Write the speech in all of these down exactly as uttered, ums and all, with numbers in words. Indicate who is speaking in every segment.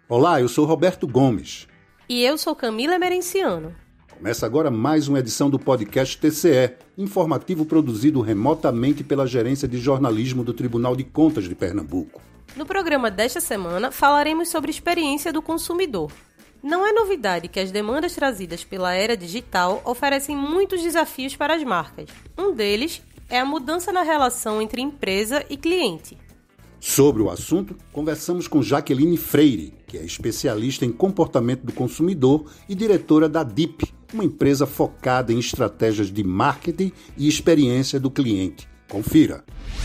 Speaker 1: Olá, eu sou Roberto Gomes.
Speaker 2: E eu sou Camila Emerenciano.
Speaker 1: Começa agora mais uma edição do podcast T C E, informativo produzido remotamente pela Gerência de Jornalismo do Tribunal de Contas de Pernambuco.
Speaker 2: No programa desta semana, falaremos sobre a experiência do consumidor. Não é novidade que as demandas trazidas pela era digital oferecem muitos desafios para as marcas. Um deles é a mudança na relação entre empresa e cliente.
Speaker 1: Sobre o assunto, conversamos com Jaqueline Freire, que é especialista em comportamento do consumidor e diretora da D I P, uma empresa focada em estratégias de marketing e experiência do cliente. Confira!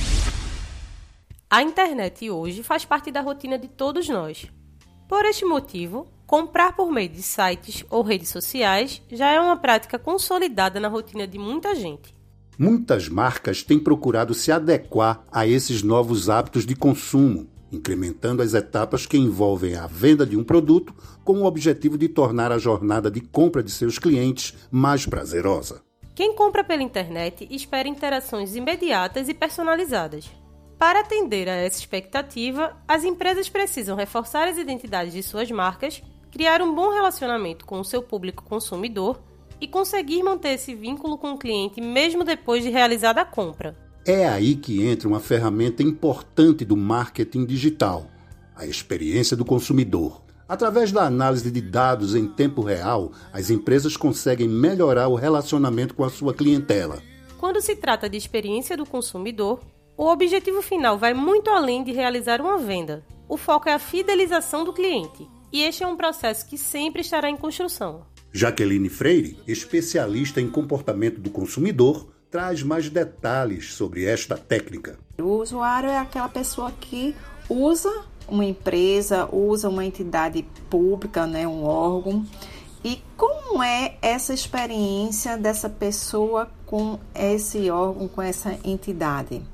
Speaker 2: A internet hoje faz parte da rotina de todos nós. Por este motivo, comprar por meio de sites ou redes sociais já é uma prática consolidada na rotina de muita gente.
Speaker 1: Muitas marcas têm procurado se adequar a esses novos hábitos de consumo, incrementando as etapas que envolvem a venda de um produto com o objetivo de tornar a jornada de compra de seus clientes mais prazerosa.
Speaker 2: Quem compra pela internet espera interações imediatas e personalizadas. Para atender a essa expectativa, as empresas precisam reforçar as identidades de suas marcas, criar um bom relacionamento com o seu público consumidor e conseguir manter esse vínculo com o cliente mesmo depois de realizada a compra.
Speaker 1: É aí que entra uma ferramenta importante do marketing digital, a experiência do consumidor. Através da análise de dados em tempo real, as empresas conseguem melhorar o relacionamento com a sua clientela.
Speaker 2: Quando se trata de experiência do consumidor, o objetivo final vai muito além de realizar uma venda. O foco é a fidelização do cliente, e este é um processo que sempre estará em construção.
Speaker 1: Jaqueline Freire, especialista em comportamento do consumidor, traz mais detalhes sobre esta técnica.
Speaker 3: O usuário é aquela pessoa que usa uma empresa, usa uma entidade pública, né, um órgão. E como é essa experiência dessa pessoa com esse órgão, com essa entidade?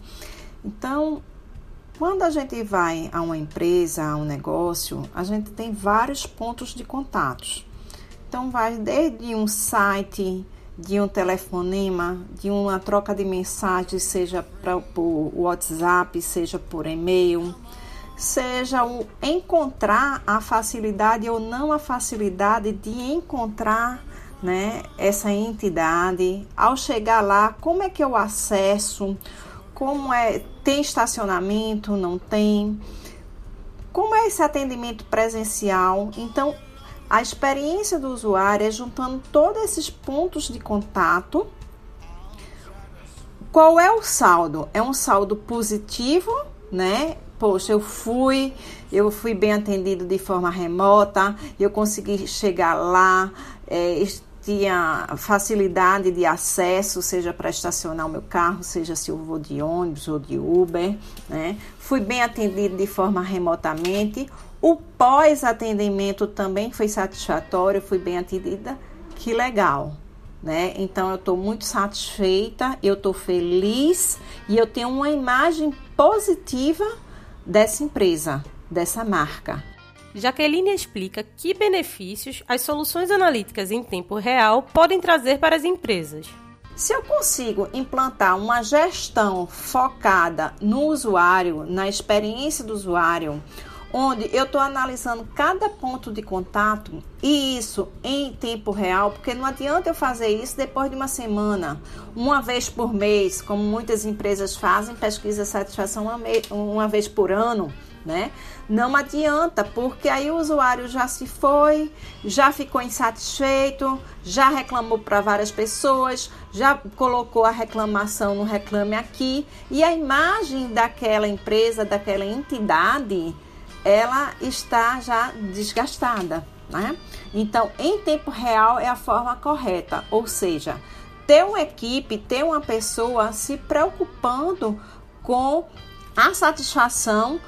Speaker 3: Então, quando a gente vai a uma empresa, a um negócio, a gente tem vários pontos de contatos. Então, vai desde um site, de um telefonema, de uma troca de mensagens, seja pra, por WhatsApp, seja por e-mail, seja o encontrar a facilidade ou não a facilidade de encontrar, né, essa entidade. Ao chegar lá, como é que eu acesso? Como é, tem estacionamento, não tem? Como é esse atendimento presencial? Então, a experiência do usuário é juntando todos esses pontos de contato. Qual é o saldo? É um saldo positivo, né? Poxa, eu fui, eu fui bem atendido de forma remota, eu consegui chegar lá, é, tinha facilidade de acesso, seja para estacionar o meu carro, seja se eu vou de ônibus ou de Uber, né? Fui bem atendido de forma remotamente. O pós-atendimento também foi satisfatório, fui bem atendida. Que legal, né? Então, eu estou muito satisfeita, eu estou feliz e eu tenho uma imagem positiva dessa empresa, dessa marca.
Speaker 2: Jaqueline explica que benefícios as soluções analíticas em tempo real podem trazer para as empresas.
Speaker 3: Se eu consigo implantar uma gestão focada no usuário, na experiência do usuário, onde eu estou analisando cada ponto de contato e isso em tempo real, porque não adianta eu fazer isso depois de uma semana, uma vez por mês, como muitas empresas fazem, pesquisa de satisfação uma, me- uma vez por ano, né? Não adianta, porque aí o usuário já se foi, já ficou insatisfeito, já reclamou para várias pessoas, já colocou a reclamação no Reclame Aqui e a imagem daquela empresa, daquela entidade, ela está já desgastada, né? Então, em tempo real é a forma correta, ou seja, ter uma equipe, ter uma pessoa se preocupando com a satisfação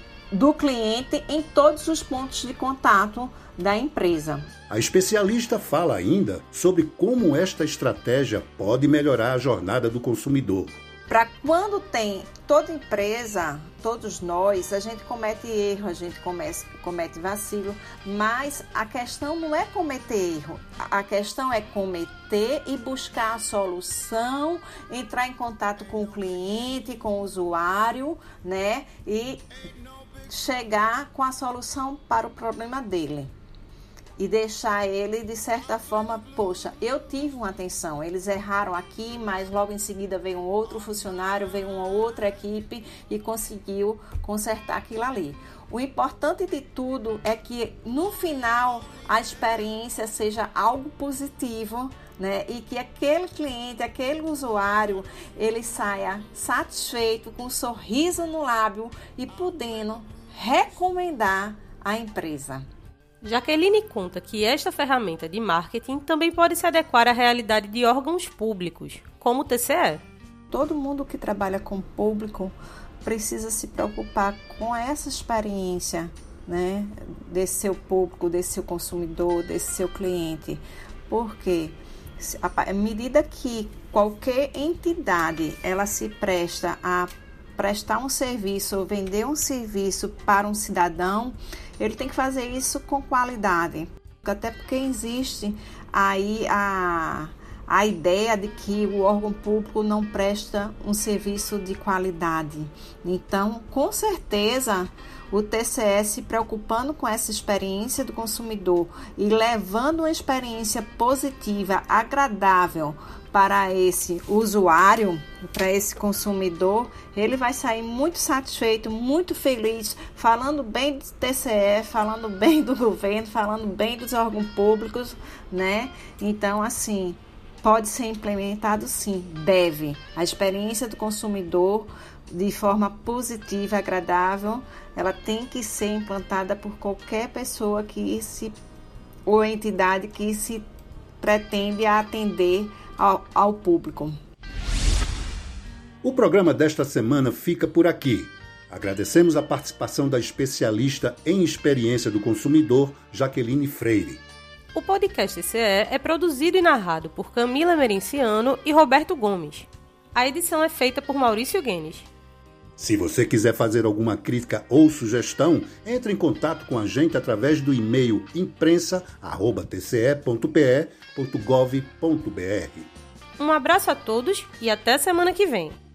Speaker 3: do cliente em todos os pontos de contato da empresa.
Speaker 1: A especialista fala ainda sobre como esta estratégia pode melhorar a jornada do consumidor.
Speaker 3: Para quando tem toda empresa, todos nós, a gente comete erro, a gente comete, comete vacilo, mas a questão não é cometer erro, a questão é cometer e buscar a solução, entrar em contato com o cliente, com o usuário, né? E chegar com a solução para o problema dele. E deixar ele, de certa forma, poxa, eu tive uma atenção, eles erraram aqui, mas logo em seguida veio um outro funcionário, veio uma outra equipe e conseguiu consertar aquilo ali. O importante de tudo é que, no final, a experiência seja algo positivo, né? E que aquele cliente, aquele usuário, ele saia satisfeito, com um sorriso no lábio e podendo recomendar a empresa.
Speaker 2: Jaqueline conta que esta ferramenta de marketing também pode se adequar à realidade de órgãos públicos, como o T C E.
Speaker 3: Todo mundo que trabalha com público precisa se preocupar com essa experiência, né, desse seu público, desse seu consumidor, desse seu cliente. Porque à medida que qualquer entidade ela se presta a prestar um serviço ou vender um serviço para um cidadão, ele tem que fazer isso com qualidade. Até porque existe aí a, a ideia de que o órgão público não presta um serviço de qualidade. Então, com certeza, o T C E se preocupando com essa experiência do consumidor e levando uma experiência positiva, agradável para esse usuário, para esse consumidor, ele vai sair muito satisfeito, muito feliz, falando bem do T C E, falando bem do governo, falando bem dos órgãos públicos, né? Então, assim, pode ser implementado sim, deve. A experiência do consumidor, de forma positiva, agradável, ela tem que ser implantada por qualquer pessoa que se, ou entidade que se pretende atender ao, ao público.
Speaker 1: O programa desta semana fica por aqui. Agradecemos a participação da especialista em experiência do consumidor, Jaqueline Freire.
Speaker 2: O podcast T C E é produzido e narrado por Camila Merenciano e Roberto Gomes. A edição é feita por Maurício Guenes.
Speaker 1: Se você quiser fazer alguma crítica ou sugestão, entre em contato com a gente através do e-mail imprensa arroba t c e ponto p e ponto gov ponto b r.
Speaker 2: Um abraço a todos e até semana que vem.